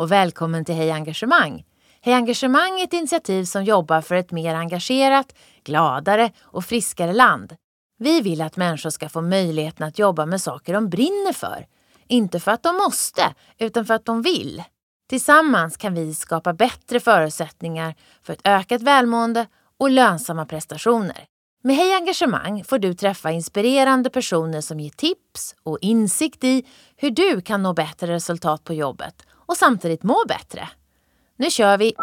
och välkommen till Hej Engagemang. Hej Engagemang är ett initiativ som jobbar för ett mer engagerat, gladare och friskare land. Vi vill att människor ska få möjligheten att jobba med saker de brinner för. Inte för att de måste, utan för att de vill. Tillsammans kan vi skapa bättre förutsättningar för ett ökat välmående och lönsamma prestationer. Med Hej Engagemang får du träffa inspirerande personer som ger tips och insikt i hur du kan nå bättre resultat på jobbet och samtidigt må bättre. Nu kör vi!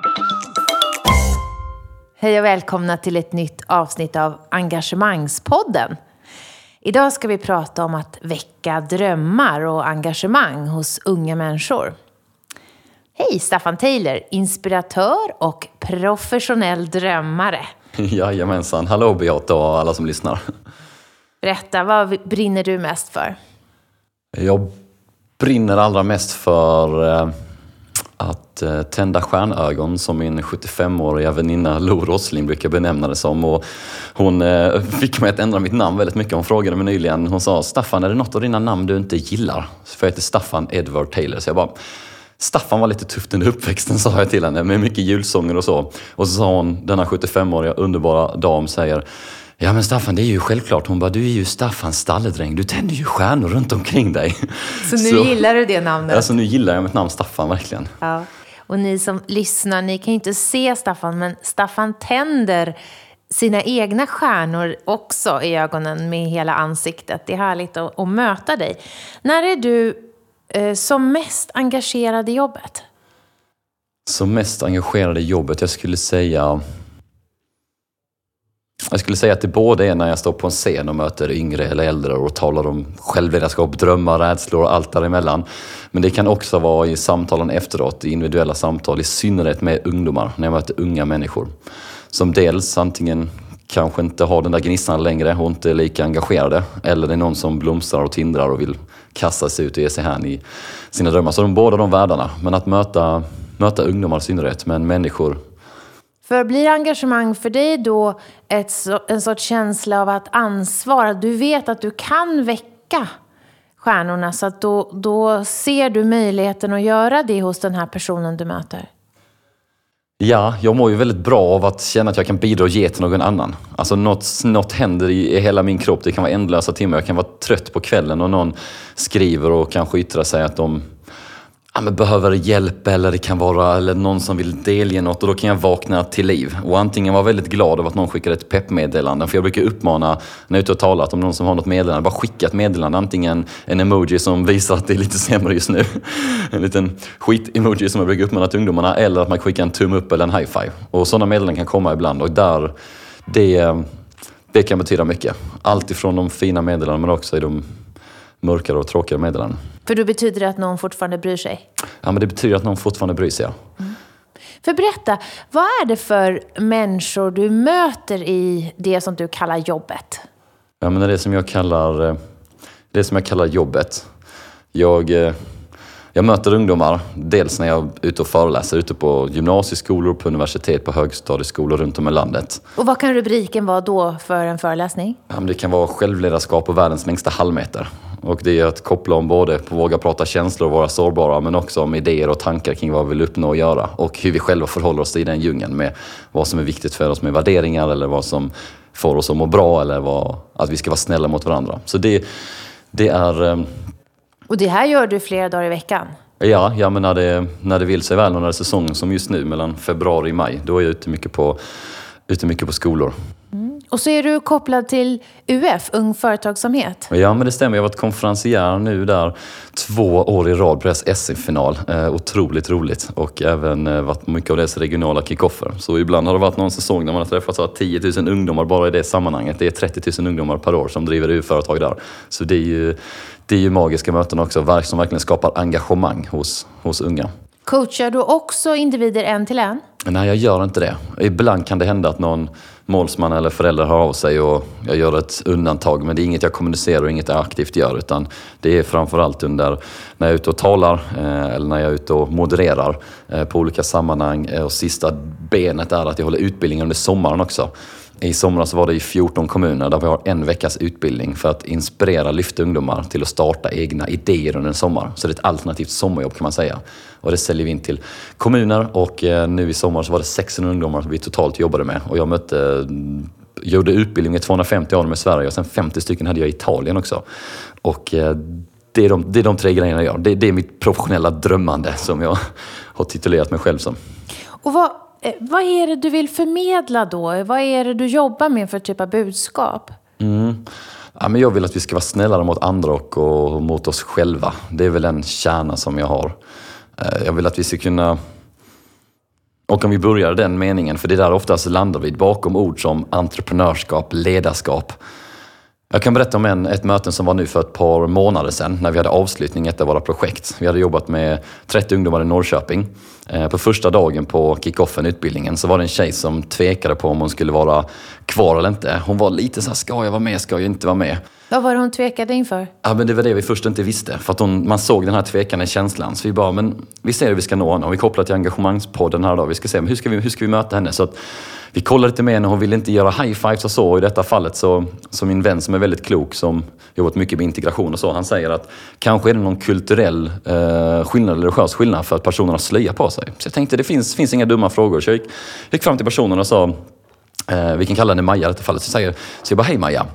Hej och välkomna till ett nytt avsnitt av Engagemangspodden. Idag ska vi prata om att väcka drömmar och engagemang hos unga människor. Hej Staffan Taylor, inspiratör och professionell drömmare. Jajamensan, hallå Beata och alla som lyssnar. Berätta, vad brinner du mest för? Jag brinner allra mest för att tända stjärnögon, som min 75-åriga väninna Lo Rosling brukar benämna det som. Och hon fick mig att ändra mitt namn väldigt mycket. Hon frågade mig nyligen, hon sa: Staffan, är det något av dina namn du inte gillar? För jag heter Staffan Edward Taylor. Så jag bara, Staffan var lite tufft under uppväxten, sa jag till henne, med mycket julsånger och så. Och så sa hon, denna 75-åriga underbara dam säger: ja men Staffan, det är ju självklart. Hon bara, du är ju Staffans stalledräng. Du tänder ju stjärnor runt omkring dig. Så nu gillar du det namnet? Alltså nu gillar jag mitt namn Staffan, verkligen. Ja, och ni som lyssnar, ni kan ju inte se Staffan, men Staffan tänder sina egna stjärnor också i ögonen med hela ansiktet. Det är härligt att möta dig. När är du som mest engagerad i jobbet? Som mest engagerad i jobbet? Jag skulle säga att det både är när jag står på en scen och möter yngre eller äldre och talar om självledarskap, drömmar, rädslor och allt däremellan. Men det kan också vara i samtalen efteråt, i individuella samtal, i synnerhet med ungdomar, när jag möter unga människor. Som dels antingen kanske inte har den där gnistan längre och inte är lika engagerade. Eller det är någon som blomstrar och tindrar och vill kasta sig ut och ge sig här i sina drömmar. Så båda de världarna. Men att möta ungdomar i synnerhet, men människor. För blir engagemang för dig då en sorts känsla av att ansvara? Du vet att du kan väcka stjärnorna, så att då ser du möjligheten att göra det hos den här personen du möter. Ja, jag mår ju väldigt bra av att känna att jag kan bidra och ge till någon annan. Alltså något händer i hela min kropp. Det kan vara ändlösa timmar. Jag kan vara trött på kvällen och någon skriver och kanske yttrar sig att de behöver hjälp, eller det kan vara eller någon som vill delge något, och då kan jag vakna till liv. Och antingen vara väldigt glad av att någon skickar ett peppmeddelande, för jag brukar uppmana när jag är ute och talar att om någon som har något meddelande, bara skicka ett meddelande, antingen en emoji som visar att det är lite sämre just nu, en liten skit-emoji som jag brukar uppmana till ungdomarna, eller att man skickar en tumme upp eller en high-five. Och sådana meddelanden kan komma ibland, och det kan betyda mycket. Allt ifrån de fina meddelandena, men också i de mörkare och tråkigare meddelanden. För då betyder det att någon fortfarande bryr sig? Ja, men det betyder att någon fortfarande bryr sig, ja. Mm. För berätta, vad är det för människor du möter i det som du kallar jobbet? Ja, men det som jag kallar jobbet. Jag möter ungdomar, dels när jag är ute och föreläser, ute på gymnasieskolor, på universitet, på högstadieskolor runt om i landet. Och vad kan rubriken vara då för en föreläsning? Ja, men det kan vara självledarskap och världens längsta halvmeter. Och det är att koppla om både på att våga prata känslor och vara sårbara, men också om idéer och tankar kring vad vi vill uppnå och göra. Och hur vi själva förhåller oss i den djungeln, med vad som är viktigt för oss med värderingar, eller vad som får oss att må bra, eller att vi ska vara snälla mot varandra. Så det är... Och det här gör du flera dagar i veckan? Ja, men när det vill sig väl, och när det är säsong som just nu, mellan februari och maj, då är jag ute mycket på skolor. Mm. Och så är du kopplad till UF, Ung Företagsamhet. Ja, men det stämmer. Jag har varit konferencier nu där 2 år i rad på deras SM-final. Otroligt roligt. Och även varit mycket av deras regionala kickoffer. Så ibland har det varit någon säsong där man har träffat 10 000 ungdomar bara i det sammanhanget. Det är 30 000 ungdomar per år som driver UF-företag där. Så det är ju magiska möten också, som verkligen skapar engagemang hos unga. Coachar du också individer en till en? Nej, jag gör inte det. Ibland kan det hända att någon målsman eller förälder hör av sig och jag gör ett undantag. Men det är inget jag kommunicerar och inget jag aktivt gör. Utan det är framförallt när jag är ute och talar eller när jag är ute och modererar på olika sammanhang. Och sista benet är att jag håller utbildning under sommaren också. I somras var det i 14 kommuner där vi har en veckas utbildning för att inspirera, lyfta ungdomar till att starta egna idéer under en sommar. Så det är ett alternativt sommarjobb kan man säga. Och det säljer vi in till kommuner och nu i sommar så var det 600 ungdomar som vi totalt jobbade med. Och jag gjorde utbildning med 250 av dem i Sverige och sen 50 stycken hade jag i Italien också. Och det är de 3 grejerna jag gör. Det är mitt professionella drömmande som jag har titulerat mig själv som. Och vad är det du vill förmedla då? Vad är det du jobbar med för typ av budskap? Ja, men jag vill att vi ska vara snällare mot andra och mot oss själva. Det är väl en kärna som jag har. Jag vill att vi ska kunna... Och om vi börjar den meningen, för det där oftast landar vi bakom ord som entreprenörskap, ledarskap. Jag kan berätta om ett möte som var nu för ett par månader sedan när vi hade avslutning i ett av våra projekt. Vi hade jobbat med 30 ungdomar i Norrköping. På första dagen på kick-offen, utbildningen, så var det en tjej som tvekade på om hon skulle vara kvar eller inte. Hon var lite så här, ska jag vara med, ska jag inte vara med? Vad var det hon tvekade inför? Ja, men det var det vi först inte visste. För att man såg den här tvekande känslan. Så vi bara, men vi ser hur vi ska nå henne. Och vi kopplar till engagemangspodden här då. Vi ska se, men hur ska vi möta henne? Så att vi kollade lite med henne. Hon ville inte göra high-fives och så. I detta fallet så min vän som är väldigt klok, som jobbat mycket med integration och så. Han säger att kanske är det någon kulturell skillnad eller religiös skillnad för att personerna har slöja på sig. Så jag tänkte, det finns inga dumma frågor. Så jag gick fram till personen och sa, vi kan kalla henne Maja i detta fallet. Så jag bara, hej Maja.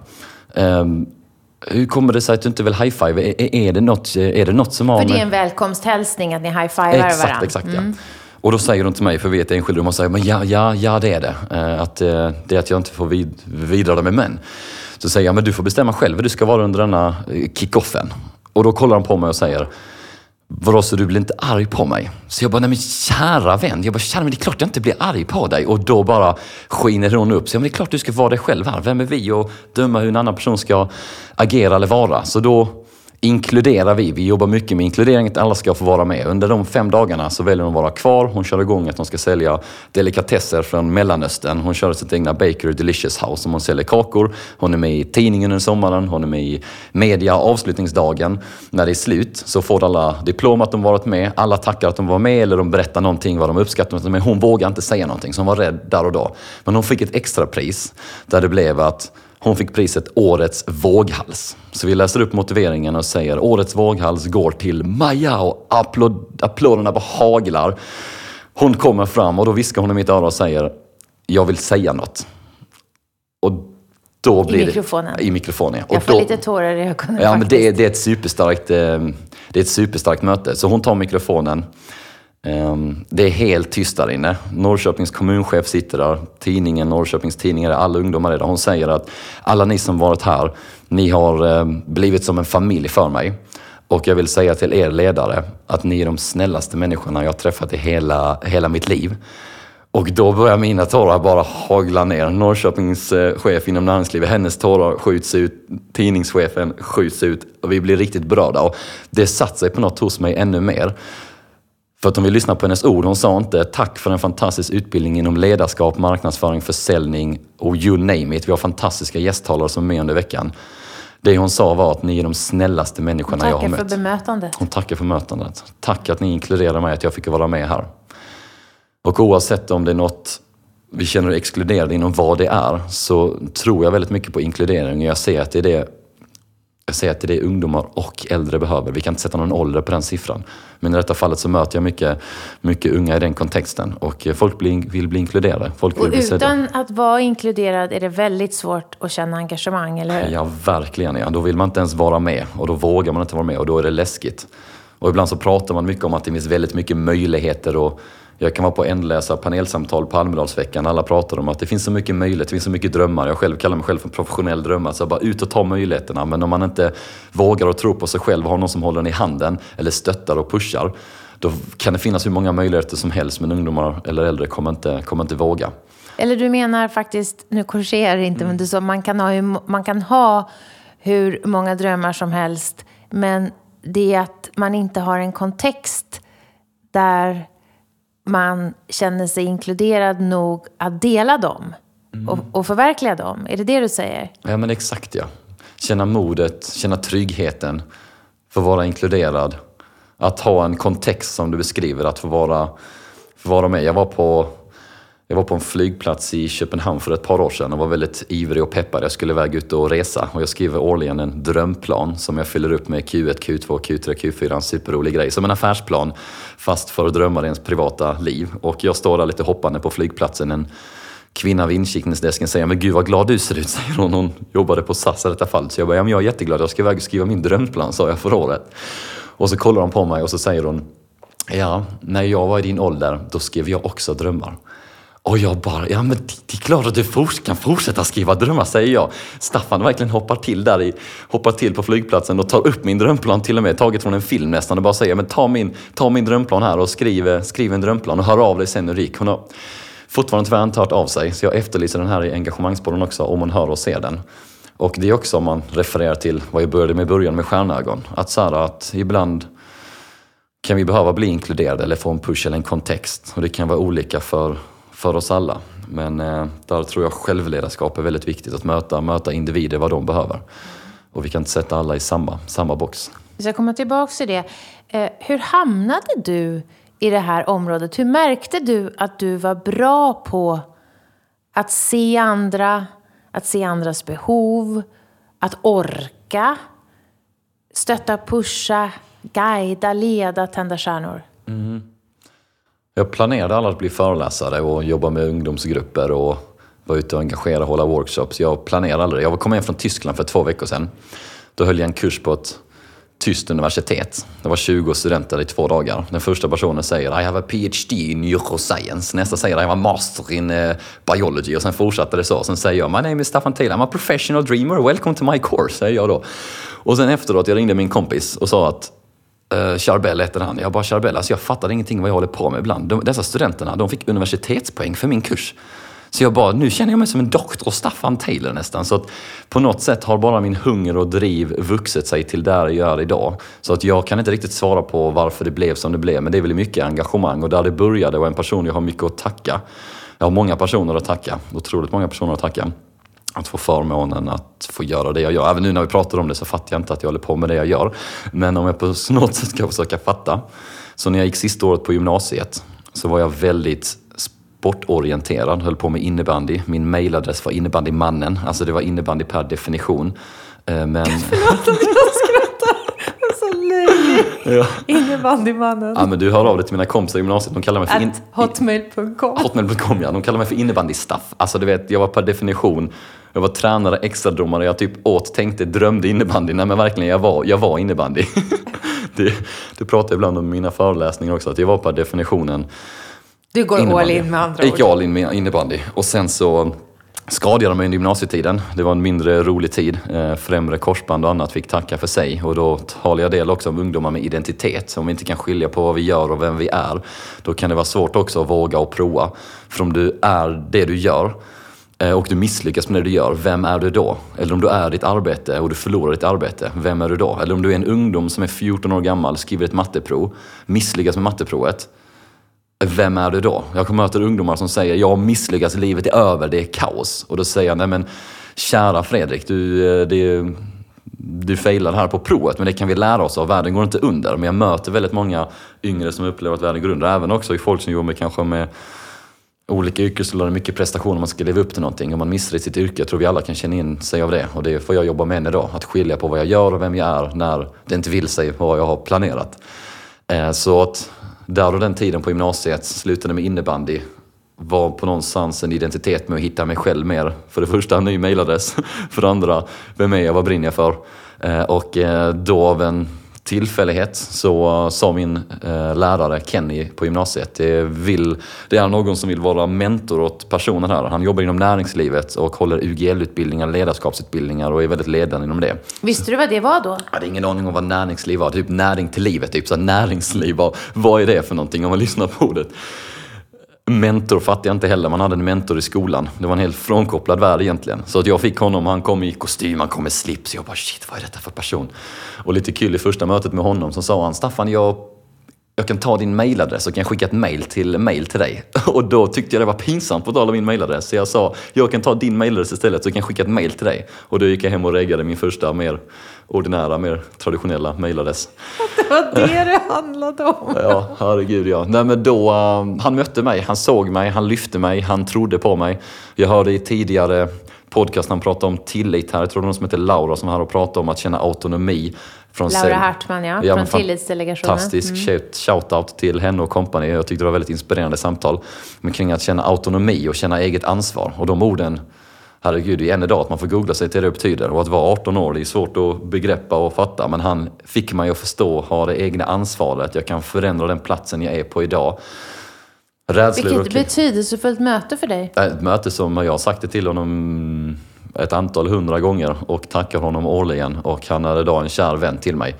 Hur kommer det sig att du inte vill high-five? Är det något som har... För det är en välkomsthälsning att ni high-fivar varandra. Exakt, ja. Och då säger hon till mig, för vi är ett enskilt rum, och säger, men ja, det är det. Det är att jag inte får vidare med män. Så säger jag, men du får bestämma själv hur du ska vara under denna kick-offen. Och då kollar han på mig och säger, vadå, så du blir inte arg på mig? Så jag bara, nej men kära vän, men det är klart jag inte blir arg på dig. Och då bara skiner hon upp. Så men det är klart du ska vara dig själv här. Vem är vi och döma hur en annan person ska agera eller vara? Så då inkluderar vi jobbar mycket med inkludering, att alla ska få vara med. Under de 5 dagarna så väljer hon att vara kvar. Hon kör igång att hon ska sälja delikatesser från Mellanöstern. Hon kör sitt egna Bakery Delicious House som hon säljer kakor. Hon är med i tidningen under sommaren. Hon är med i media avslutningsdagen. När det är slut så får alla diplom att de varit med. Alla tackar att de var med eller de berättar någonting vad de uppskattar. Men hon vågar inte säga någonting så hon var rädd där och då. Men hon fick ett extra pris där det blev att hon fick priset Årets våghals. Så vi läser upp motiveringen och säger Årets våghals går till Maja, och applåderna bara haglar. Hon kommer fram och då viskar hon i mitt öra och säger, jag vill säga något. Och då blir I mikrofonen. Ja. Jag får lite tårar i ögonen. Ja, men det är ett superstarkt möte. Så hon tar mikrofonen. Det är helt tyst där inne. Norrköpings kommunchef sitter där. Tidningen, Norrköpings tidningar, alla ungdomar är där. Hon säger att alla ni som varit här, ni har blivit som en familj för mig. Och jag vill säga till er ledare att ni är de snällaste människorna jag har träffat i hela mitt liv. Och då börjar mina tårar bara hagla ner. Norrköpings chef inom näringslivet, hennes tårar skjuts ut. Tidningschefen skjuts ut. Och vi blir riktigt berörda. Och det satt sig på något hos mig ännu mer. För att om vi lyssnar på hennes ord, hon sa inte tack för en fantastisk utbildning inom ledarskap, marknadsföring, försäljning och you name it. Vi har fantastiska gästtalare som är med under veckan. Det hon sa var att ni är de snällaste människorna jag har mött. Hon tackar för bemötandet. Hon tackar för mötandet. Tack att ni inkluderar mig, att jag fick vara med här. Och oavsett om det är något vi känner exkluderade inom vad det är, så tror jag väldigt mycket på inkludering. Jag ser att det är det ungdomar och äldre behöver. Vi kan inte sätta någon ålder på den siffran. Men i detta fallet så möter jag mycket unga i den kontexten. Och folk vill bli inkluderade. Folk vill och utan att vara inkluderad är det väldigt svårt att känna engagemang, eller hur? Ja, verkligen. Ja. Då vill man inte ens vara med. Och då vågar man inte vara med. Och då är det läskigt. Och ibland så pratar man mycket om att det finns väldigt mycket möjligheter. Och jag kan vara på ändlösa panelsamtal på Almedalsveckan. Alla pratar om att det finns så mycket möjligheter, det finns så mycket drömmar. Jag själv kallar mig själv för professionell drömmare. Så bara ut och ta möjligheterna. Men om man inte vågar och tror på sig själv och har någon som håller den i handen eller stöttar och pushar, då kan det finnas hur många möjligheter som helst. Men ungdomar eller äldre kommer inte våga. Eller du menar faktiskt, nu korrigerar jag inte, men du sa man kan ha hur många drömmar som helst. Men det är att man inte har en kontext där man känner sig inkluderad nog att dela dem och förverkliga dem. Är det det du säger? Ja, men exakt, ja. Känna modet, känna tryggheten, få vara inkluderad. Att ha en kontext som du beskriver, att få vara med. Jag var Jag var på en flygplats i Köpenhamn för ett par år sedan och var väldigt ivrig och peppad. Jag skulle iväg ut och resa och jag skriver årligen en drömplan som jag fyller upp med Q1, Q2, Q3, Q4. En superrolig grej. Som en affärsplan fast för att drömma ens privata liv. Och jag står där lite hoppande på flygplatsen. En kvinna vid incheckningsdesken säger, men gud vad glad du ser ut, säger hon. Hon jobbade på SAS i detta fall. Så jag bara, ja, men jag är jätteglad. Jag ska iväg och skriva min drömplan, sa jag förra året. Och så kollar hon på mig och så säger hon, ja, när jag var i din ålder, då skrev jag också drömmar. Och jag bara, ja men det är klart att du kan fortsätta skriva drömmar, säger jag. Staffan verkligen hoppar till på flygplatsen och tar upp min drömplan, till och med taget från en film nästan, och bara säger, men ta min drömplan här och skriv en drömplan och hör av dig sen hur det gick. Hon har fortfarande tyvärr inte hört av sig, så jag efterlyser den här i engagemangspodden också, om man hör och ser den. Och det är också om man refererar till vad jag började med i början med stjärnögon. Att så här, att ibland kan vi behöva bli inkluderade eller få en push eller en kontext. Och det kan vara olika för oss alla. Men där tror jag självledarskap är väldigt viktigt. Att möta individer vad de behöver. Och vi kan inte sätta alla i samma box. Vi ska komma tillbaka till det. Hur hamnade du i det här området? Hur märkte du att du var bra på att se andra, att se andras behov, att orka, stötta, pusha, guida, leda, tända stjärnor? Jag planerade aldrig att bli föreläsare och jobba med ungdomsgrupper och vara ute och engagera och hålla workshops. Jag planerade aldrig. Jag kom hem från Tyskland för 2 veckor sedan. Då höll jag en kurs på ett tyskt universitet. Det var 20 studenter i 2 dagar. Den första personen säger, I have a PhD in neuroscience. Nästa säger, I have a master in biology. Och sen fortsatte det så. Sen säger jag, my name is Staffan Taylor. I'm a professional dreamer. Welcome to my course, säger jag då. Och sen efteråt, jag ringde min kompis och sa att Charbel heter han. Jag bara, Charbel, alltså jag fattade ingenting vad jag håller på med ibland. Dessa studenterna, de fick universitetspoäng för min kurs. Så jag bara, nu känner jag mig som en doktor Staffan Taylor nästan. Så att på något sätt har bara min hunger och driv vuxit sig till där jag är idag. Så att jag kan inte riktigt svara på varför det blev som det blev. Men det är väl mycket engagemang. Och där det började var en person jag har mycket att tacka. Jag har många personer att tacka. Otroligt många personer att tacka. Att få förmånen att få göra det jag gör. Även nu när vi pratar om det så fattar jag inte att jag håller på med det jag gör. Men om jag på något sätt ska försöka fatta. Så när jag gick sista året på gymnasiet så var jag väldigt sportorienterad. Höll på med innebandy. Min mailadress var innebandymannen. Alltså det var innebandy per definition. Men... Förlåt att jag skrattar. Det är så löjligt. Ja. Innebandymannen. Ja, men du hör av dig till mina kompisar i gymnasiet. De kallar mig för... hotmail.com. Hotmail.com, ja. De kallar mig för innebandystaff. Alltså du vet, jag var per definition... Jag var tränare, extradomare. Jag typ tänkte, drömde innebandy. Nej men verkligen, jag var innebandy. det pratar jag ibland om mina föreläsningar också. Att jag var per definitionen... Du går innebandy. All in med andra ord. Jag gick all in med innebandy. Och sen så skadade jag mig under gymnasietiden. Det var en mindre rolig tid. Främre korsband och annat fick tacka för sig. Och då talar jag del också om ungdomar med identitet. Om vi inte kan skilja på vad vi gör och vem vi är. Då kan det vara svårt också att våga och prova. För om du är det du gör och du misslyckas med det du gör, vem är du då? Eller om du är ditt arbete och du förlorar ditt arbete, vem är du då? Eller om du är en ungdom som är 14 år gammal, skriver ett matteprov, misslyckas med matteprovet, vem är du då? Jag möter ungdomar som säger, jag misslyckas, livet är över, det är kaos. Och då säger jag, nej men kära Fredrik, du failar här på provet, men det kan vi lära oss av. Världen går inte under. Men jag möter väldigt många yngre som upplever att världen går under. Även också i folk som jobbar kanske med olika yrkesroller, mycket prestationer, man ska leva upp till någonting. Om man missar i sitt yrke, jag tror vi alla kan känna in sig av det. Och det får jag jobba med än idag. Att skilja på vad jag gör och vem jag är när det inte vill sig vad jag har planerat. Så att där och den tiden på gymnasiet slutade med innebandy var på någonstans en identitet med att hitta mig själv mer. För det första en ny mailadress. För det andra, vem är jag, vad brinner jag för? Och då av en tillfällighet så sa min lärare Kenny på gymnasiet, det är någon som vill vara mentor åt personen här. Han jobbar inom näringslivet och håller UGL-utbildningar, ledarskapsutbildningar och är väldigt ledande inom det. Visste du vad det var då? Jag hade ingen aning om vad näringsliv var. Typ näring till livet, typ så näringsliv. Vad är det för någonting om man lyssnar på ordet? Mentor fattade jag inte heller. Man hade en mentor i skolan. Det var en helt frånkopplad värld egentligen. Så att jag fick honom, han kom i kostym, han kom med slips. Jag bara, shit, vad är detta för person? Och lite kul i första mötet med honom så sa han, Staffan, jag jag kan ta din mailadress och kan skicka ett mail till dig. Och då tyckte jag det var pinsamt på tal om min mailadress. Så jag sa, jag kan ta din mailadress istället så kan jag skicka ett mail till dig. Och då gick jag hem och reggade min första mer ordinära, mer traditionella mailadress. Det var det handlade om. Ja, herregud ja. Nej, men då, han mötte mig, han såg mig, han lyfte mig, han trodde på mig. Jag hörde i tidigare podcast han pratade om tillit här. Jag tror det var någon som heter Laura som var här och pratade om att känna autonomi. Från Laura Hartman, från Tillitsdelegationen. Fantastisk shoutout till henne och kompani. Jag tyckte det var väldigt inspirerande samtal. Men kring att känna autonomi och känna eget ansvar. Och de orden, herregud, det är än idag att man får googla sig till det betyder. Och att vara 18 år, det är svårt att begreppa och fatta. Men han fick mig att förstå, ha det egna ansvaret. Jag kan förändra den platsen jag är på idag. Vilket betydelsefullt möte för dig? Ett möte som jag har sagt det till honom ett antal 100 gånger och tackar honom årligen. Och han är idag en kär vän till mig.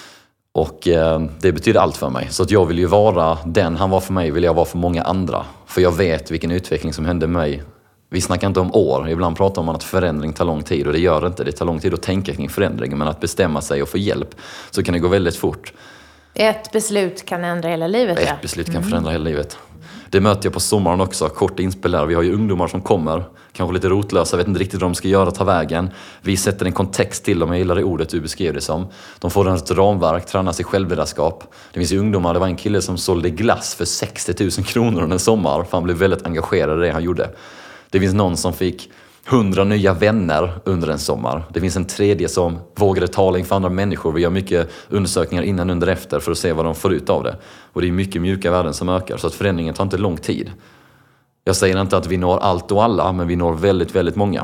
Och det betyder allt för mig. Så att jag vill ju vara den han var för mig, vill jag vara för många andra. För jag vet vilken utveckling som hände med mig. Vi snackar inte om år. Ibland pratar man om att förändring tar lång tid och det gör det inte. Det tar lång tid att tänka kring förändring. Men att bestämma sig och få hjälp så kan det gå väldigt fort. Ett beslut kan ändra hela livet. Ett beslut kan förändra hela livet. Det möter jag på sommaren också, kort inspel där. Vi har ju ungdomar som kommer, kanske lite rotlösa, vet inte riktigt vad de ska göra, ta vägen. Vi sätter en kontext till dem, jag gillar det ordet du beskrev det som. De får ett ramverk, tränas i självledarskap. Det finns ju ungdomar, det var en kille som sålde glass för 60 000 kronor under en sommar, för han blev väldigt engagerad i det han gjorde. Det finns någon som fick 100 nya vänner under en sommar. Det finns en tredje som vågade tala inför andra människor. Vi gör mycket undersökningar innan, under, efter för att se vad de får ut av det. Och det är mycket mjuka värden som ökar. Så att förändringen tar inte lång tid. Jag säger inte att vi når allt och alla, men vi når väldigt, väldigt många.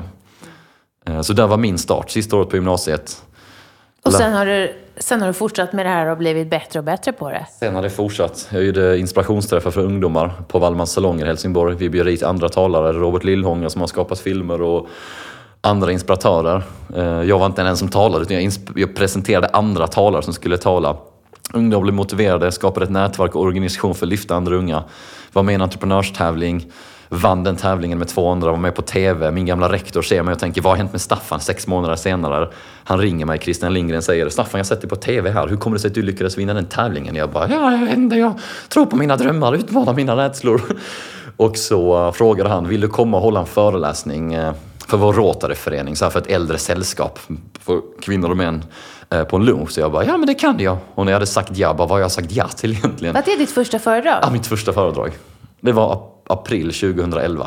Så där var min start, sista året på gymnasiet. Och sen har du fortsatt med det här och blivit bättre och bättre på det? Sen har det fortsatt. Jag gjorde inspirationsträffar för ungdomar på Wallmans salonger i Helsingborg. Vi bjöd hit andra talare, Robert Lillhånger som har skapat filmer och andra inspiratörer. Jag var inte den som talade utan jag presenterade andra talare som skulle tala. Ungdomar blev motiverade, skapade ett nätverk och organisation för att lyfta andra unga. Var med i en entreprenörstävling. Vann den tävlingen med 200, var med på tv. Min gamla rektor ser mig och tänker, vad har hänt med Staffan 6 månader senare? Han ringer mig, Christian Lindgren, säger, Staffan, jag har sett dig på tv här. Hur kommer det sig att du lyckades vinna den tävlingen? Jag bara, jag vet inte, jag tror på mina drömmar, utmanar mina rädslor. Och så frågade han, vill du komma och hålla en föreläsning för vår Rotary-förening, så här för ett äldre sällskap för kvinnor och män på en lunch? Så jag bara, ja men det kan jag. Och när jag hade sagt ja, vad har jag sagt ja till egentligen? Vad är ditt första föredrag? Ja, mitt första föredrag. Det var april 2011.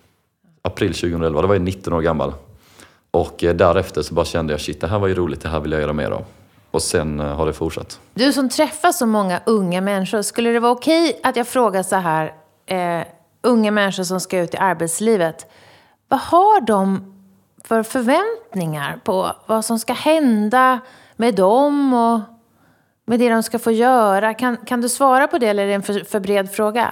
April 2011, då var jag 19 år gammal. Och därefter så bara kände jag, shit, det här var ju roligt, det här vill jag göra mer av. Och sen har det fortsatt. Du som träffar så många unga människor, skulle det vara okej att jag frågar så här, unga människor som ska ut i arbetslivet, vad har de för förväntningar på vad som ska hända med dem och med det de ska få göra? Kan du svara på det, eller är det en för bred fråga?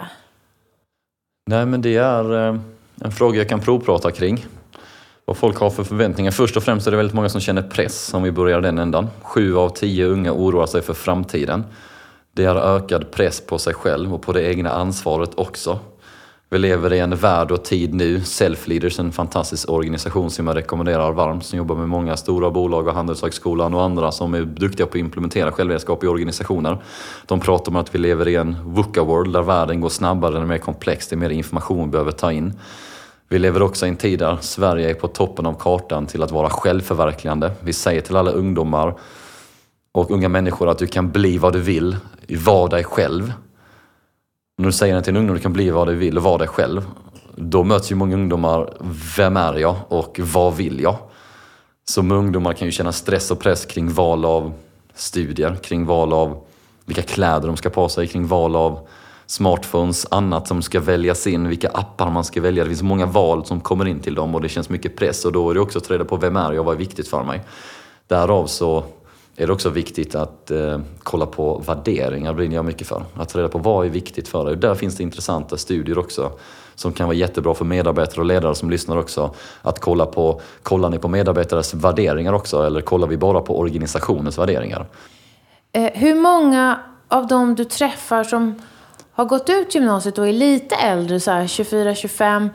Nej, men det är en fråga jag kan provprata kring. Vad folk har för förväntningar. Först och främst är det väldigt många som känner press, om vi börjar den ändan. 7 av 10 unga oroar sig för framtiden. Det är ökad press på sig själv och på det egna ansvaret också. Vi lever i en värld och tid nu. Self-Leaders, en fantastisk organisation som jag rekommenderar varmt, som jobbar med många stora bolag och Handelshögskolan och andra som är duktiga på att implementera självledarskap i organisationer. De pratar om att vi lever i en VUCA-world där världen går snabbare, den är mer komplex, det är mer information vi behöver ta in. Vi lever också i en tid där Sverige är på toppen av kartan till att vara självförverkligande. Vi säger till alla ungdomar och unga människor att du kan bli vad du vill, var dig själv. När du säger till en ungdom att du kan bli vad du vill och vara dig själv, då möts ju många ungdomar, vem är jag och vad vill jag? Som ungdomar kan ju känna stress och press kring val av studier, kring val av vilka kläder de ska på sig, kring val av smartphones, annat som ska väljas in, vilka appar man ska välja. Det finns många val som kommer in till dem och det känns mycket press, och då är det också att ta reda på vem är jag och vad är viktigt för mig. Därav så är det också viktigt att kolla på värderingar, brinner jag mycket för. Att ta reda på vad är viktigt för dig. Och där finns det intressanta studier också som kan vara jättebra för medarbetare och ledare som lyssnar också. Att kollar ni på medarbetares värderingar också, eller kollar vi bara på organisationens värderingar? Hur många av dem du träffar som har gått ut gymnasiet och är lite äldre, så här 24-25,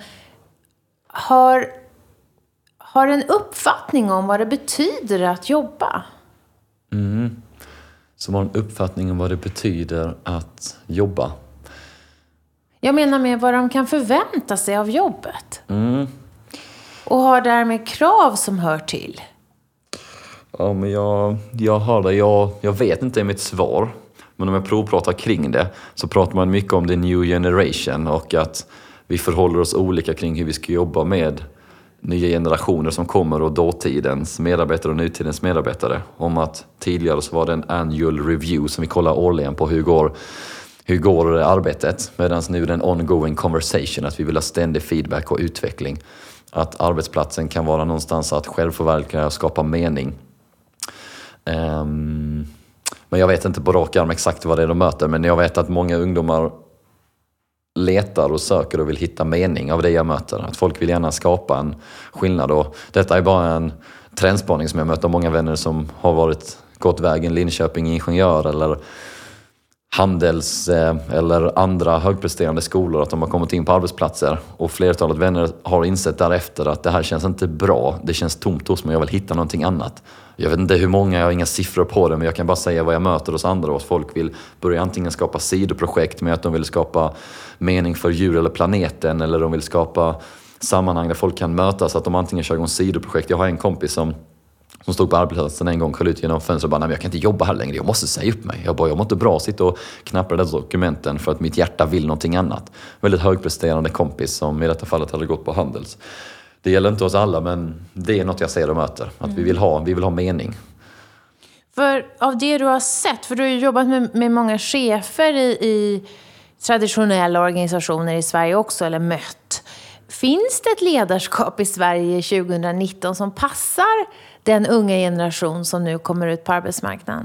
har en uppfattning om vad det betyder att jobba? Som har en uppfattning om vad det betyder att jobba. Jag menar med vad de kan förvänta sig av jobbet. Och har därmed krav som hör till. Ja, men jag har det. Jag vet inte i mitt svar. Men om jag provpratar kring det så pratar man mycket om the new generation och att vi förhåller oss olika kring hur vi ska jobba med nya generationer som kommer och dåtidens medarbetare och nutidens medarbetare. Om att tidigare så var det en annual review som vi kollar årligen på hur går arbetet. Medan nu är det en ongoing conversation, att vi vill ha ständig feedback och utveckling. Att arbetsplatsen kan vara någonstans att självförverkliga och skapa mening. Men jag vet inte på rak arm exakt vad det är de möter. Men jag vet att många ungdomar letar och söker och vill hitta mening av det jag möter. Att folk vill gärna skapa en skillnad. Och detta är bara en trendspaning som jag möter av många vänner som har gått vägen Linköping ingenjör eller Handels eller andra högpresterande skolor, att de har kommit in på arbetsplatser och flertalet vänner har insett därefter att det här känns inte bra, det känns tomt hos mig, jag vill hitta någonting annat. Jag vet inte hur många, jag har inga siffror på det, men jag kan bara säga vad jag möter hos andra, och att folk vill börja antingen skapa sidoprojekt med att de vill skapa mening för djur eller planeten, eller de vill skapa sammanhang där folk kan mötas, att de antingen kör igång sidoprojekt. Jag har en kompis som stod på arbetsplatsen en gång, kollade ut genom fönstret och bara, nej, men jag kan inte jobba här längre, jag måste säga upp mig. Jag mår inte bra att sitta och knappa de dokumenten för att mitt hjärta vill någonting annat. Väldigt högpresterande kompis som i detta fallet hade gått på Handels. Det gäller inte oss alla, men det är något jag ser och möter. Att vi vill ha mening. För av det du har sett, för du har ju jobbat med många chefer i traditionella organisationer i Sverige också, eller mött. Finns det ett ledarskap i Sverige 2019 som passar den unga generation som nu kommer ut på arbetsmarknaden?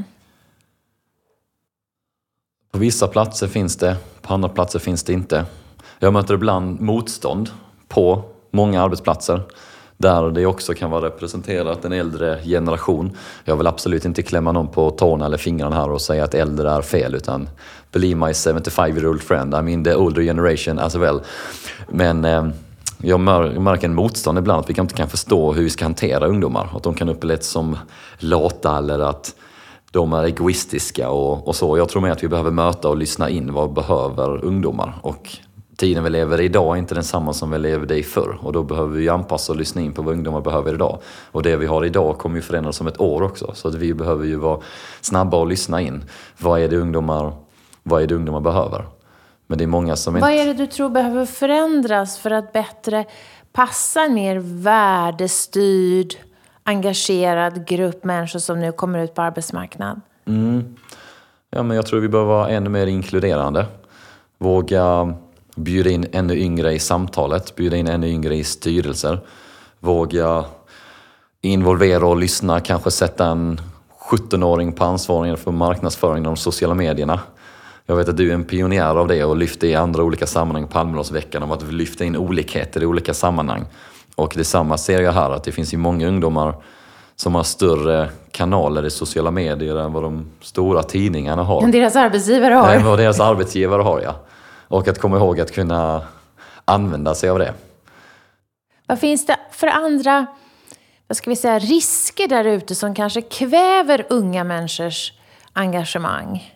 På vissa platser finns det, på andra platser finns det inte. Jag möter ibland motstånd på många arbetsplatser där det också kan vara representerat en äldre generation. Jag vill absolut inte klämma någon på tårna eller fingrarna här och säga att äldre är fel, utan believe my 75-year-old friend, I mean the older generation as well. Men jag märker en motstånd ibland att vi inte kan förstå hur vi ska hantera ungdomar. Att de kan upplevas som lata eller att de är egoistiska och så. Jag tror mer att vi behöver möta och lyssna in vad behöver ungdomar. Och tiden vi lever i idag är inte densamma som vi levde i förr. Och då behöver vi anpassa och lyssna in på vad ungdomar behöver idag. Och det vi har idag kommer ju förändras om ett år också. Så att vi behöver ju vara snabba och lyssna in. Vad är det ungdomar behöver? Men det är många som Vad är det du tror behöver förändras för att bättre passa en mer värdestyrd, engagerad grupp människor som nu kommer ut på arbetsmarknaden? Ja, men jag tror vi behöver vara ännu mer inkluderande. Våga bjuda in ännu yngre i samtalet, bjuda in ännu yngre i styrelser. Våga involvera och lyssna, kanske sätta en 17-åring på ansvarig för marknadsföring av de sociala medierna. Jag vet att du är en pionjär av det och lyfter i andra olika sammanhang på Almedalsveckan om att lyfta in olikheter i olika sammanhang. Och detsamma ser jag här, att det finns ju många ungdomar som har större kanaler i sociala medier än vad de stora tidningarna har. Än deras arbetsgivare har. Än vad deras arbetsgivare har, ja. Och att komma ihåg att kunna använda sig av det. Vad finns det för andra, risker där ute som kanske kväver unga människors engagemang?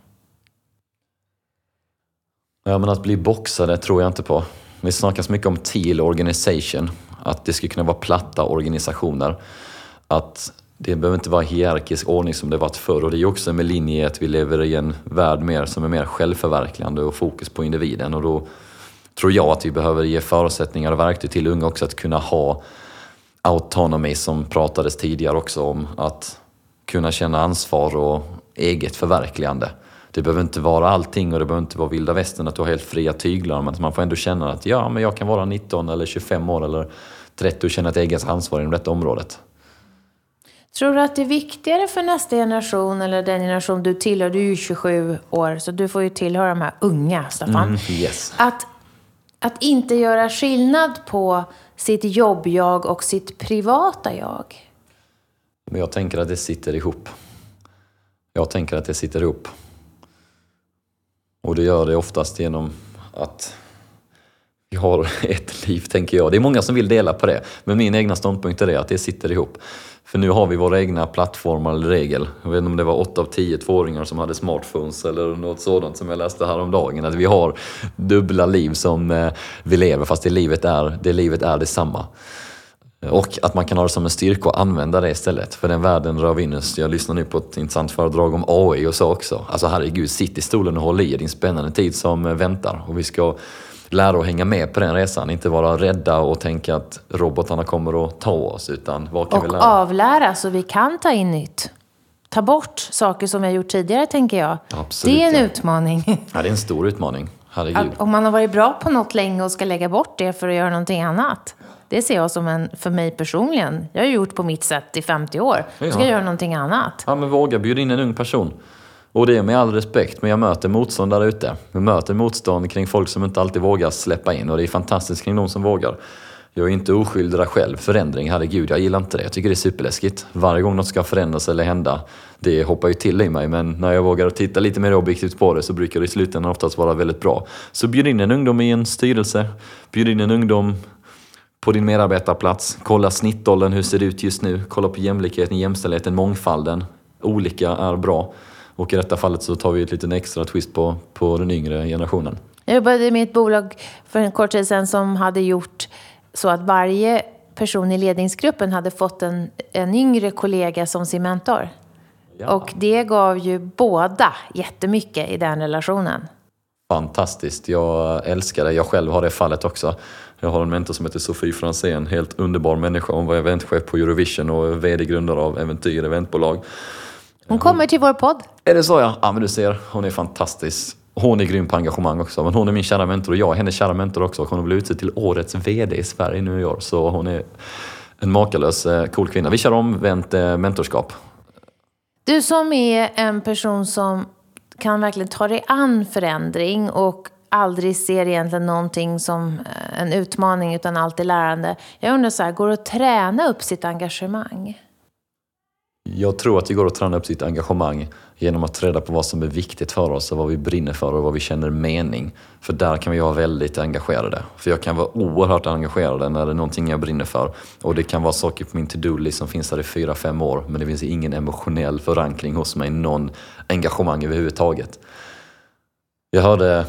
Ja, men att bli boxade tror jag inte på. Det snackas mycket om teal organization. Att det skulle kunna vara platta organisationer. Att det behöver inte vara hierarkisk ordning som det varit förr. Och det är också med linje att vi lever i en värld som är mer självförverkligande och fokus på individen. Och då tror jag att vi behöver ge förutsättningar och verktyg till unga också att kunna ha autonomy, som pratades tidigare också om. Att kunna känna ansvar och eget förverkligande. Det behöver inte vara allting och det behöver inte vara vilda västern att du har helt fria tyglar. Men att man får ändå känna att men jag kan vara 19 eller 25 år eller 30 och känna ett eget ansvar inom detta området. Tror du att det är viktigare för nästa generation eller den generation du tillhör? Du är ju 27 år så du får ju tillhöra de här unga, Staffan. Yes. Att inte göra skillnad på sitt jobb-jag och sitt privata jag. Men jag tänker att det sitter ihop. Och det gör det oftast genom att Vi har ett liv, tänker jag. Det är många som vill dela på det. Men min egna ståndpunkt är det att det sitter ihop. För nu har vi våra egna plattformar eller regel. Jag vet inte om det var 8 av 10 tvååringar som hade smartphones eller något sådant som jag läste häromdagen. Att vi har dubbla liv som vi lever, fast det livet är detsamma. Och att man kan ha det som en styrka och använda det istället. För den världen rör vi in oss. Jag lyssnar nu på ett intressant föredrag om AI och så också. Alltså herregud, sitt i stolen och håll i. Det är en spännande tid som väntar. Och vi ska lära att hänga med på den resan. Inte vara rädda och tänka att robotarna kommer att ta oss. Utan vad kan vi lära? Och avlära så vi kan ta in nytt. Ta bort saker som vi har gjort tidigare, tänker jag. Absolut, det är en utmaning. Ja, det är en stor utmaning. Herregud. Om man har varit bra på något länge och ska lägga bort det för att göra någonting annat. Det ser jag som för mig personligen. Jag har gjort på mitt sätt i 50 år. Nu ska jag göra någonting annat. Ja, men våga bjuda in en ung person. Och det är med all respekt, men jag möter motstånd där ute. Jag möter motstånd kring folk som inte alltid vågar släppa in. Och det är fantastiskt kring de som vågar. Jag är inte oskyldig där själv. Förändring, herregud, jag gillar inte det. Jag tycker det är superläskigt. Varje gång något ska förändras eller hända, det hoppar ju till i mig. Men när jag vågar titta lite mer objektivt på det så brukar det i slutändan oftast vara väldigt bra. Så bjud in en ungdom i en styrelse. Bjud in en ungdom på din medarbetarplats. Kolla snittåldern, hur ser det ut just nu. Kolla på jämlikheten, jämställdheten, mångfalden. Olika är bra. Och i detta fallet så tar vi ett liten extra twist på den yngre generationen. Jag jobbade med ett bolag för en kort tid sedan som hade gjort så att varje person i ledningsgruppen hade fått en yngre kollega som sin mentor. Ja. Och det gav ju båda jättemycket i den relationen. Fantastiskt, jag älskar det. Jag själv har det fallet också. Jag har en mentor som heter Sofie Fransén, en helt underbar människa. Hon var eventchef på Eurovision och vd-grundare av Äventyr eventbolag. Hon kommer till vår podd. Är det så, ja? Ja, men du ser, hon är fantastisk. Hon är grym på engagemang också. Men hon är min kära mentor och jag är hennes kära mentor också. Hon har blivit utsedd till årets vd i Sverige nu i år. Så hon är en makalös, cool kvinna. Vi kör omvänt mentorskap. Du som är en person som kan verkligen ta dig an förändring och aldrig ser egentligen någonting som en utmaning utan alltid lärande. Jag undrar så här, går det att träna upp sitt engagemang? Jag tror att det går att träna upp sitt engagemang genom att reda på vad som är viktigt för oss och vad vi brinner för och vad vi känner mening. För där kan vi vara väldigt engagerade. För jag kan vara oerhört engagerad när det är någonting jag brinner för. Och det kan vara saker på min to-do-list som finns där i 4-5 år. Men det finns ingen emotionell förankring hos mig, någon engagemang överhuvudtaget. Jag hörde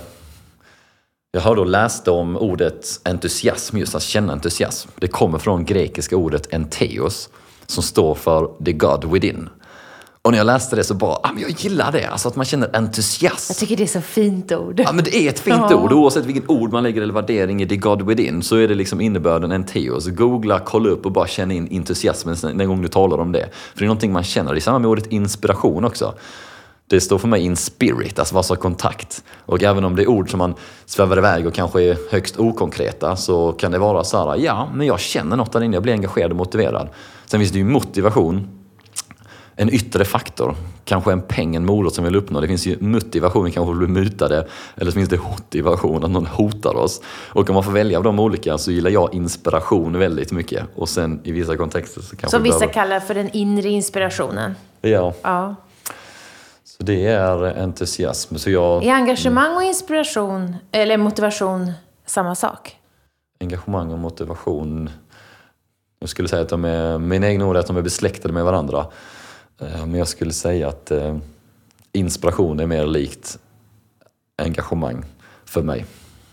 och läste om ordet entusiasm, just att känna entusiasm. Det kommer från grekiska ordet entheos, som står för the God within. Och när jag läste det så bara, men jag gillar det. Alltså att man känner entusiasm. Jag tycker det är så fint ord. Ja, men det är ett fint ord. Oavsett vilket ord man lägger eller värdering i the God within så är det liksom innebörden entheos. Googla, kolla upp och bara känna in entusiasmen när gång du talar om det. För det är någonting man känner. Det är samma med ordet inspiration också. Det står för mig in spirit, alltså vara så kontakt. Och även om det är ord som man svävar iväg och kanske är högst okonkreta så kan det vara så här, ja, men jag känner något där inne, jag blir engagerad och motiverad. Sen finns det ju motivation, en yttre faktor, kanske en peng, en morot som vi vill uppnå. Det finns ju motivation, vi kanske blir mutade, eller så finns det motivation, att någon hotar oss. Och om man får välja av de olika så gillar jag inspiration väldigt mycket. Och sen i vissa kontexter så kanske... Som vissa kallar för den inre inspirationen. Ja. Så det är entusiasm. Så är engagemang och inspiration eller motivation samma sak? Engagemang och motivation, jag skulle säga att de är, mina egna ord är att de är besläktade med varandra. Men jag skulle säga att inspiration är mer likt engagemang för mig.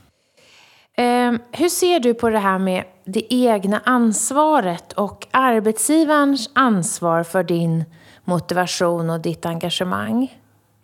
Hur ser du på det här med det egna ansvaret och arbetsgivarens ansvar för din motivation och ditt engagemang?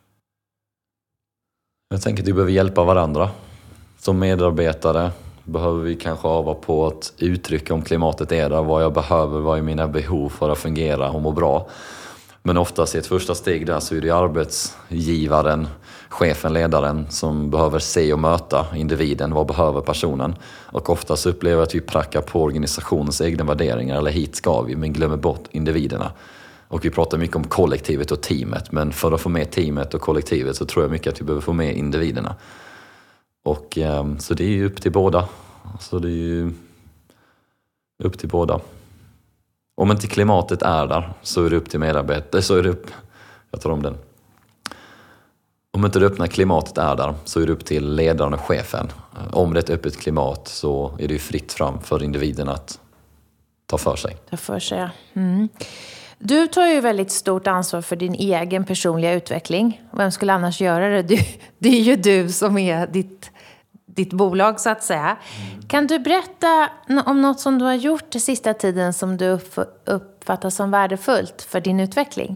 Jag tänker att vi behöver hjälpa varandra. Som medarbetare behöver vi kanske öva på att uttrycka om klimatet är där, vad jag behöver, vad är mina behov för att fungera och må bra. Men oftast i ett första steg där så är det arbetsgivaren, chefen, ledaren som behöver se och möta individen, vad behöver personen. Och oftast upplever jag att vi prackar på organisationens egna värderingar, eller hit ska vi, men glömmer bort individerna. Och vi pratar mycket om kollektivet och teamet, men för att få med teamet och kollektivet så tror jag mycket att vi behöver få med individerna. Och så det är ju upp till båda. Så det är ju upp till båda. Om inte klimatet är där så är det upp till medarbetare. Så är det upp, jag tar om den. Om inte det öppna klimatet är där så är det upp till ledaren och chefen. Om det är ett öppet klimat så är det ju fritt fram för individen att ta för sig. Ta för sig, ja. Du tar ju väldigt stort ansvar för din egen personliga utveckling. Vem skulle annars göra det? Det är ju du som är ditt bolag så att säga. Kan du berätta om något som du har gjort den sista tiden som du uppfattar som värdefullt för din utveckling?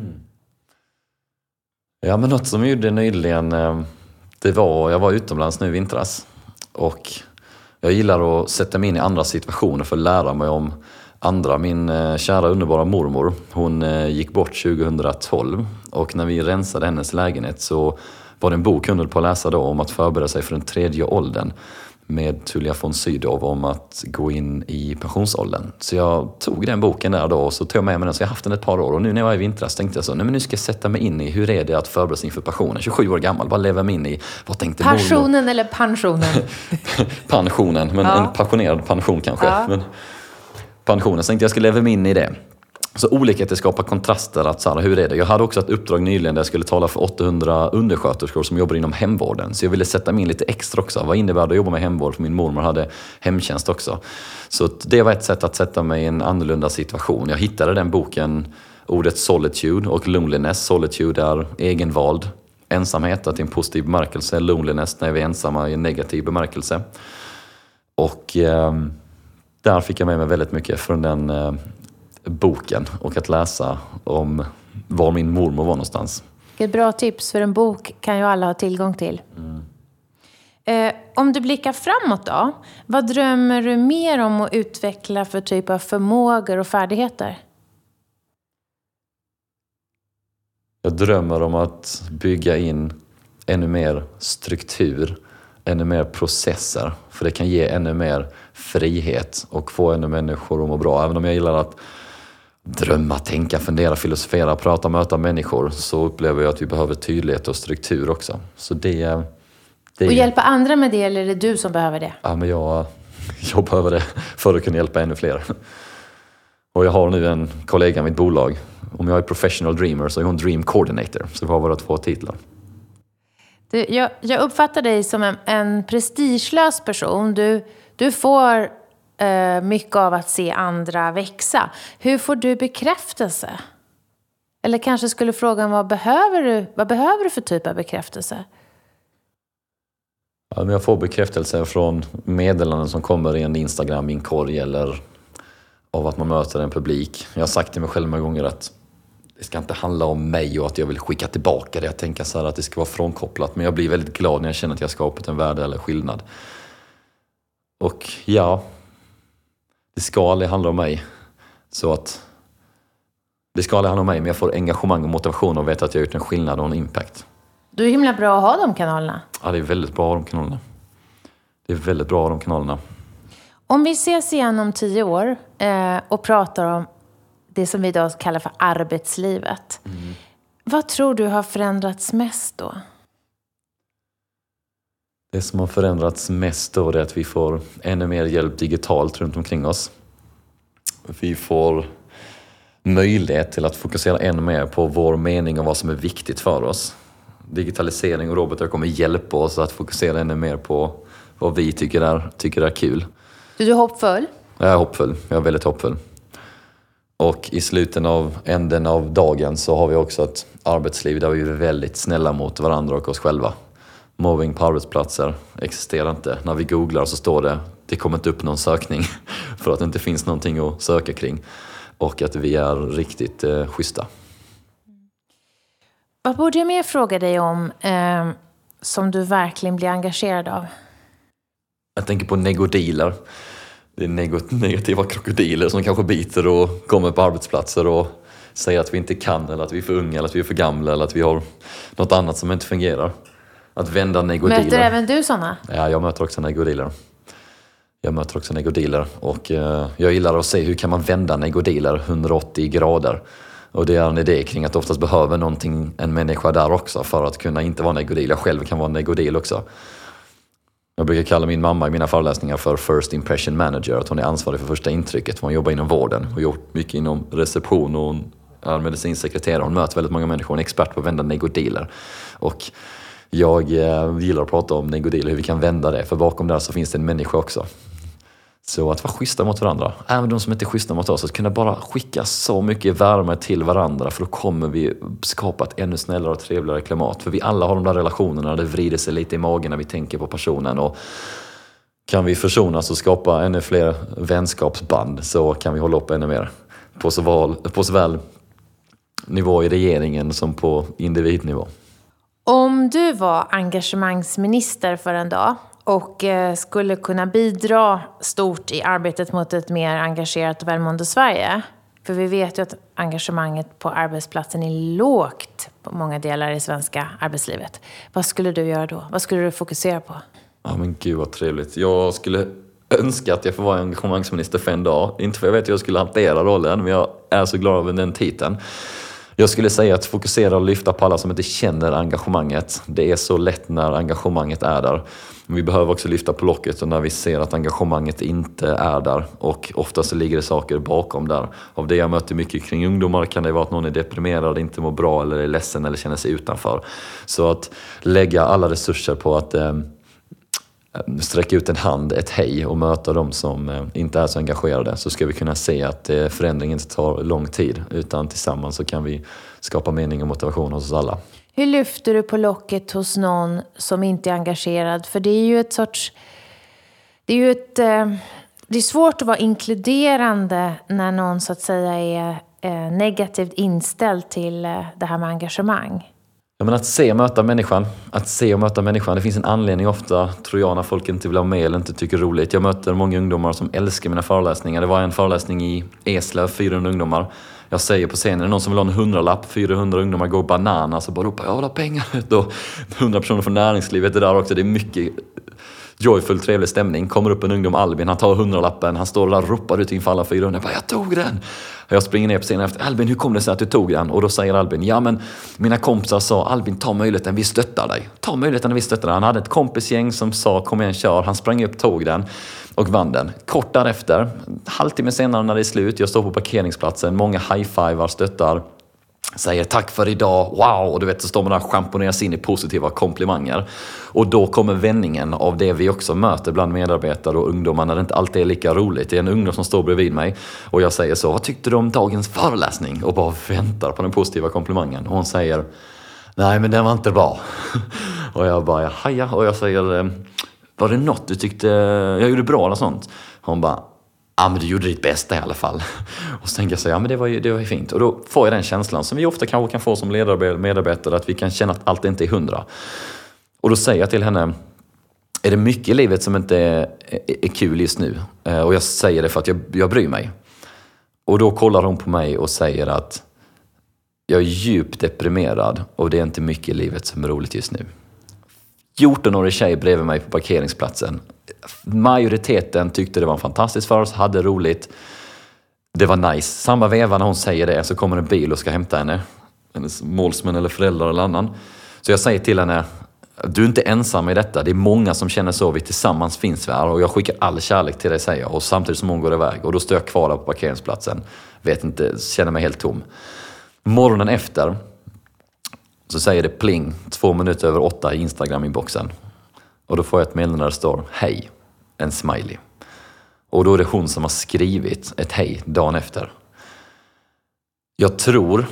Ja, men något som jag gjorde nyligen, jag var utomlands nu i vintras. Och jag gillar att sätta mig in i andra situationer för att lära mig om andra. Min kära underbara mormor, hon gick bort 2012. Och när vi rensade hennes lägenhet så var det en bok jag höll på att läsa då om att förbereda sig för den tredje åldern. Med Tullia von Sydow om att gå in i pensionsåldern. Så jag tog den boken där då och så tog jag med mig den. Så jag har haft den ett par år och nu när jag var i vintras tänkte jag så, nej men nu ska jag sätta mig in i hur är det att förbereda sig inför pensionen. 27 år gammal, bara leva mig in i vad tänkte mormor. Passionen eller pensionen? Pensionen, men en passionerad pension kanske. Ja. Men pensionen, så tänkte jag skulle leva mig in i det. Så olikheter skapar kontraster. Att, så här, hur är det? Jag hade också ett uppdrag nyligen där jag skulle tala för 800 undersköterskor som jobbar inom hemvården. Så jag ville sätta mig in lite extra också. Vad innebär det att jobba med hemvård? För min mormor hade hemtjänst också. Så det var ett sätt att sätta mig i en annorlunda situation. Jag hittade den boken, ordet solitude och loneliness. Solitude är egenvald ensamhet, att i en positiv bemärkelse. Loneliness när vi är ensamma i en negativ bemärkelse. Och där fick jag med mig väldigt mycket från den boken och att läsa om var min mormor var någonstans. Ett bra tips, för en bok kan ju alla ha tillgång till. Om du blickar framåt då, vad drömmer du mer om att utveckla för typ av förmågor och färdigheter? Jag drömmer om att bygga in ännu mer struktur, ännu mer processer, för det kan ge ännu mer frihet och få ännu människor att må bra. Även om jag gillar att drömma, tänka, fundera, filosofera, prata, möta människor, så upplever jag att vi behöver tydlighet och struktur också. Så det och hjälpa andra med det, eller är det du som behöver det? Ja, men jag behöver det för att kunna hjälpa ännu fler. Och jag har nu en kollega i mitt bolag. Om jag är professional dreamer så är hon dream coordinator. Så vi har våra 2 titlar. Jag uppfattar dig som en prestigelös person. Du får mycket av att se andra växa. Hur får du bekräftelse? Eller kanske skulle frågan, vad behöver du för typ av bekräftelse? Ja, men jag får bekräftelse från meddelanden som kommer i en Instagram-inkorg eller av att man möter en publik. Jag har sagt till mig själv många gånger att det ska inte handla om mig och att jag vill skicka tillbaka det. Jag tänker så här att det ska vara frånkopplat. Men jag blir väldigt glad när jag känner att jag har skapat en värde eller skillnad. Och ja, det ska aldrig handla om mig. Det ska aldrig handla om mig, men jag får engagemang och motivation och vet att jag har gjort en skillnad och en impact. Du är himla bra att ha de kanalerna. Ja, det är väldigt bra att ha de kanalerna. Om vi ses igen om 10 år och pratar om det som vi idag kallar för arbetslivet. Vad tror du har förändrats mest då? Det som har förändrats mest då är att vi får ännu mer hjälp digitalt runt omkring oss. Vi får möjlighet till att fokusera ännu mer på vår mening och vad som är viktigt för oss. Digitalisering och robotar kommer hjälpa oss att fokusera ännu mer på vad vi tycker är kul. Du är hoppfull? Jag är hoppfull. Jag är väldigt hoppfull. Och i slutet av änden av dagen så har vi också ett arbetsliv där vi är väldigt snälla mot varandra och oss själva. Mobbing på arbetsplatser existerar inte. När vi googlar så står det kommer inte upp någon sökning för att det inte finns någonting att söka kring. Och att vi är riktigt schyssta. Vad borde jag mer fråga dig om som du verkligen blir engagerad av? Jag tänker på negodiler. Det är negativa krokodiler som kanske biter och kommer på arbetsplatser och säger att vi inte kan, eller att vi är för unga, eller att vi är för gamla, eller att vi har något annat som inte fungerar. Att vända negodiler. Möter även du sådana? Ja, jag möter också negodiler. Och jag gillar att se hur kan man vända negodiler 180 grader. Och det är en idé kring att oftast behöver en människa där också för att kunna inte vara negodil. Jag själv kan vara negodil också. Jag brukar kalla min mamma i mina föreläsningar för First Impression Manager. Att hon är ansvarig för första intrycket. Hon jobbar inom vården och gjort mycket inom reception och är medicinsk sekreterare. Hon möter väldigt många människor. Hon är expert på att vända negodiler. Och jag gillar att prata om negodiler, hur vi kan vända det. För bakom där så finns det en människa också. Så att vara schyssta mot varandra. Även de som inte är schyssta mot oss. Att kunna bara skicka så mycket värme till varandra. För då kommer vi skapa ett ännu snällare och trevligare klimat. För vi alla har de där relationerna. Det vrider sig lite i magen när vi tänker på personen. Och kan vi försonas och skapa ännu fler vänskapsband, så kan vi hålla upp ännu mer. På såväl nivå i regeringen som på individnivå. Om du var engagemangsminister för en dag och skulle kunna bidra stort i arbetet mot ett mer engagerat och välmående Sverige. För vi vet ju att engagemanget på arbetsplatsen är lågt på många delar i svenska arbetslivet. Vad skulle du göra då? Vad skulle du fokusera på? Ja men gud vad trevligt. Jag skulle önska att jag får vara engagemangsminister för en dag. Inte för jag vet hur jag skulle hantera rollen, men jag är så glad över den titeln. Jag skulle säga att fokusera och lyfta på alla som inte känner engagemanget. Det är så lätt när engagemanget är där. Men vi behöver också lyfta på locket och när vi ser att engagemanget inte är där. Och ofta så ligger det saker bakom där. Av det jag möter mycket kring ungdomar kan det vara att någon är deprimerad, inte mår bra eller är ledsen eller känner sig utanför. Så att lägga alla resurser på att sträcka ut en hand, ett hej och möta dem som inte är så engagerade, så ska vi kunna se att förändringen inte tar lång tid, utan tillsammans så kan vi skapa mening och motivation hos oss alla. Hur lyfter du på locket hos någon som inte är engagerad? För det är ju det är svårt att vara inkluderande när någon så att säga är negativt inställd till det här med engagemang. Ja, men att se och möta människan. Det finns en anledning ofta, tror jag, när folk inte vill ha med eller inte tycker det är roligt. Jag möter många ungdomar som älskar mina föreläsningar. Det var en föreläsning i Eslöv, 400 ungdomar. Jag säger på scenen, är det någon som vill ha en 100-lapp? 400 ungdomar går bananas och så bara ropar jag vill ha pengar. Och 100 personer från näringslivet är där också. Det är mycket joyfull, trevlig stämning. Kommer upp en ungdom, Albin, han tar 100-lappen. Han står där och ropar ut inför alla 400. Jag tog den! Jag springer ner på scenen efter, Albin, hur kom det sig att du tog den? Och då säger Albin, ja men mina kompisar sa, Albin, ta möjligheten, vi stöttar dig. Ta möjligheten, vi stöttar dig. Han hade ett kompisgäng som sa, kom igen, kör. Han sprang upp, tog den och vann den. Kort därefter, halvtimme senare när det är slut, jag står på parkeringsplatsen, många high-fivar, stöttar, säger tack för idag, wow, och du vet, så står man där och champoneras in i positiva komplimanger. Och då kommer vändningen av det vi också möter bland medarbetare och ungdomar när det inte alltid är lika roligt. Det är en ungdom som står bredvid mig och jag säger så, vad tyckte du om dagens föreläsning? Och bara väntar på den positiva komplimangen. Och hon säger, nej men den var inte bra. Och jag bara, haja, och jag säger, var det något du tyckte jag gjorde bra eller sånt? Hon bara, ja men du gjorde ditt bästa i alla fall. Och så tänker jag så, ja men det var ju fint. Och då får jag den känslan som vi ofta kanske kan få som medarbetare, att vi kan känna att allt inte är 100. Och då säger jag till henne, är det mycket i livet som inte är kul just nu? Och jag säger det för att jag bryr mig. Och då kollar hon på mig och säger att jag är djupt deprimerad och det är inte mycket i livet som är roligt just nu. 14-årig tjej bredvid mig på parkeringsplatsen. Majoriteten tyckte det var en fantastisk föreläsning, hade roligt. Det var nice. Samma veva när hon säger det så kommer en bil och ska hämta henne. Hennes målsmän eller föräldrar eller annan. Så jag säger till henne, du är inte ensam i detta. Det är många som känner så. Vi tillsammans finns vi här. Och jag skickar all kärlek till dig, säger jag. Och samtidigt som hon går iväg. Och då står jag kvar där på parkeringsplatsen. Vet inte, känner mig helt tom. Morgonen efter så säger det pling 7:02 i Instagram-inboxen. Och då får jag ett meddelande där det står hej, en smiley. Och då är det hon som har skrivit ett hej dagen efter. Jag tror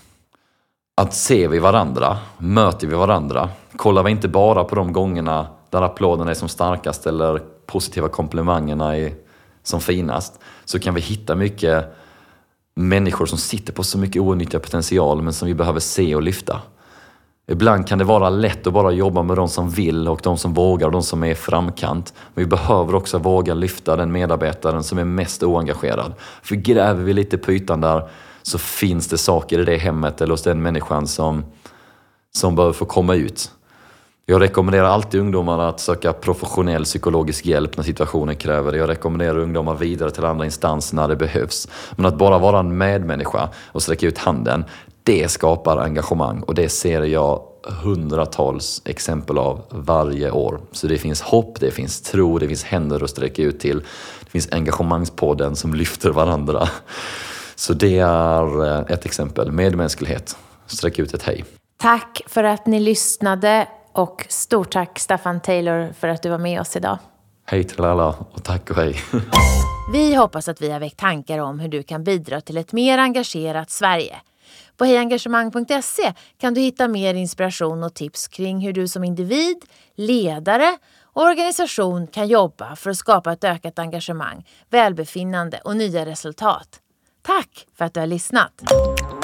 att ser vi varandra, möter vi varandra, kollar vi inte bara på de gångerna där applåden är som starkast eller positiva komplimangerna är som finast, så kan vi hitta mycket människor som sitter på så mycket outnyttjad potential men som vi behöver se och lyfta. Ibland kan det vara lätt att bara jobba med de som vill och de som vågar och de som är i framkant. Men vi behöver också våga lyfta den medarbetaren som är mest oengagerad. För gräver vi lite på ytan där så finns det saker i det hemmet eller hos den människan som behöver få komma ut. Jag rekommenderar alltid ungdomar att söka professionell psykologisk hjälp när situationen kräver det. Jag rekommenderar ungdomar vidare till andra instanser när det behövs. Men att bara vara en medmänniska och sträcka ut handen, det skapar engagemang. Och det ser jag hundratals exempel av varje år. Så det finns hopp, det finns tro, det finns händer att sträcka ut till. Det finns engagemangspodden som lyfter varandra. Så det är ett exempel. Medmänsklighet. Sträck ut ett hej. Tack för att ni lyssnade och stort tack Staffan Taylor för att du var med oss idag. Hej till alla och tack och hej. Vi hoppas att vi har väckt tankar om hur du kan bidra till ett mer engagerat Sverige. På hejengagemang.se kan du hitta mer inspiration och tips kring hur du som individ, ledare och organisation kan jobba för att skapa ett ökat engagemang, välbefinnande och nya resultat. Tack för att du har lyssnat!